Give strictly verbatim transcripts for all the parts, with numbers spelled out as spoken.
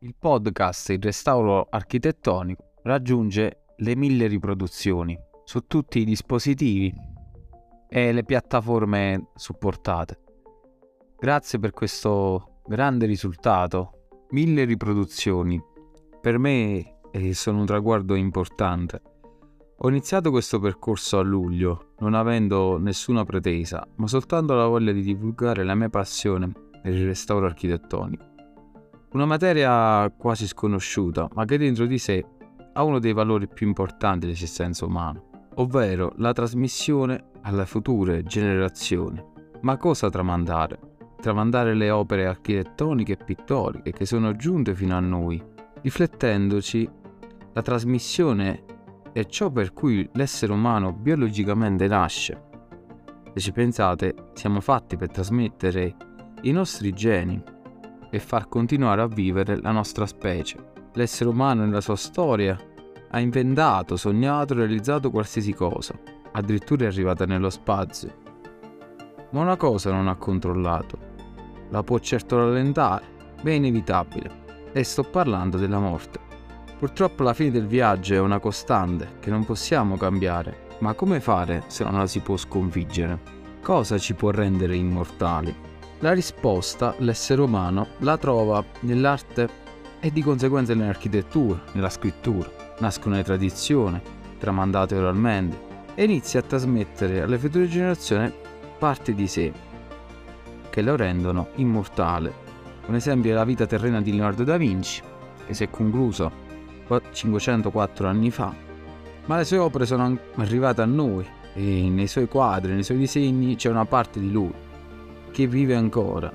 Il podcast Il Restauro Architettonico raggiunge le mille riproduzioni su tutti i dispositivi e le piattaforme supportate. Grazie per questo grande risultato. Mille riproduzioni. Per me eh, sono un traguardo importante. Ho iniziato questo percorso a luglio, non avendo nessuna pretesa, ma soltanto la voglia di divulgare la mia passione per il restauro architettonico. Una materia quasi sconosciuta, ma che dentro di sé ha uno dei valori più importanti dell'esistenza umana, ovvero la trasmissione alle future generazioni. Ma cosa tramandare? Tramandare le opere architettoniche e pittoriche che sono giunte fino a noi. Riflettendoci, la trasmissione è ciò per cui l'essere umano biologicamente nasce. Se ci pensate, siamo fatti per trasmettere i nostri geni e far continuare a vivere la nostra specie. L'essere umano nella sua storia ha inventato, sognato e realizzato qualsiasi cosa, addirittura è arrivata nello spazio. Ma una cosa non ha controllato, la può certo rallentare, ma è inevitabile, e sto parlando della morte. Purtroppo la fine del viaggio è una costante che non possiamo cambiare, ma come fare se non la si può sconfiggere? Cosa ci può rendere immortali? La risposta l'essere umano la trova nell'arte e di conseguenza nell'architettura, nella scrittura. Nascono le tradizioni, tramandate oralmente, e inizia a trasmettere alle future generazioni parti di sé che lo rendono immortale. Un esempio è la vita terrena di Leonardo da Vinci, che si è concluso cinquecentoquattro anni fa, ma le sue opere sono arrivate a noi e nei suoi quadri, nei suoi disegni c'è una parte di lui che vive ancora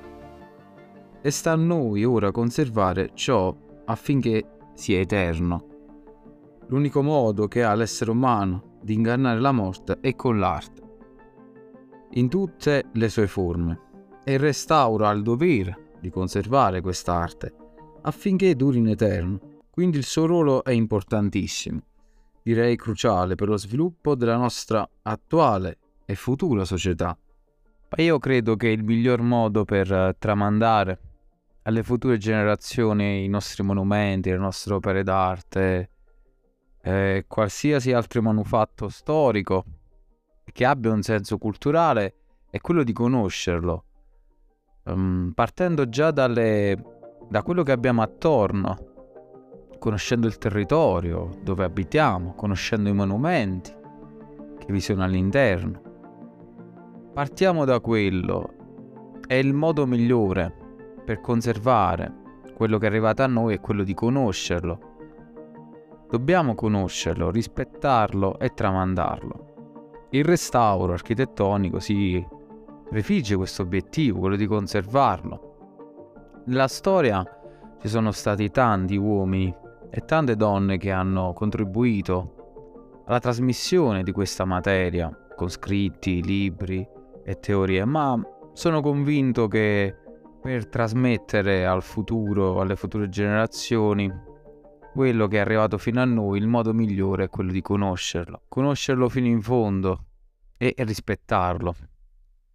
e sta a noi ora conservare ciò affinché sia eterno. L'unico modo che ha l'essere umano di ingannare la morte è con l'arte, in tutte le sue forme, e il restauro ha il dovere di conservare quest'arte affinché duri in eterno. Quindi il suo ruolo è importantissimo, direi cruciale per lo sviluppo della nostra attuale e futura società. Ma io credo che il miglior modo per tramandare alle future generazioni i nostri monumenti, le nostre opere d'arte, eh, qualsiasi altro manufatto storico che abbia un senso culturale è quello di conoscerlo, um, partendo già dalle, da quello che abbiamo attorno, conoscendo il territorio dove abitiamo, conoscendo i monumenti che vi sono all'interno. Partiamo da quello. È il modo migliore per conservare quello che è arrivato a noi, è quello di conoscerlo. Dobbiamo conoscerlo, rispettarlo e tramandarlo. Il restauro architettonico si prefigge questo obiettivo, quello di conservarlo. Nella storia ci sono stati tanti uomini e tante donne che hanno contribuito alla trasmissione di questa materia con scritti, libri e teorie, ma sono convinto che per trasmettere al futuro, alle future generazioni, quello che è arrivato fino a noi, il modo migliore è quello di conoscerlo, conoscerlo fino in fondo e rispettarlo.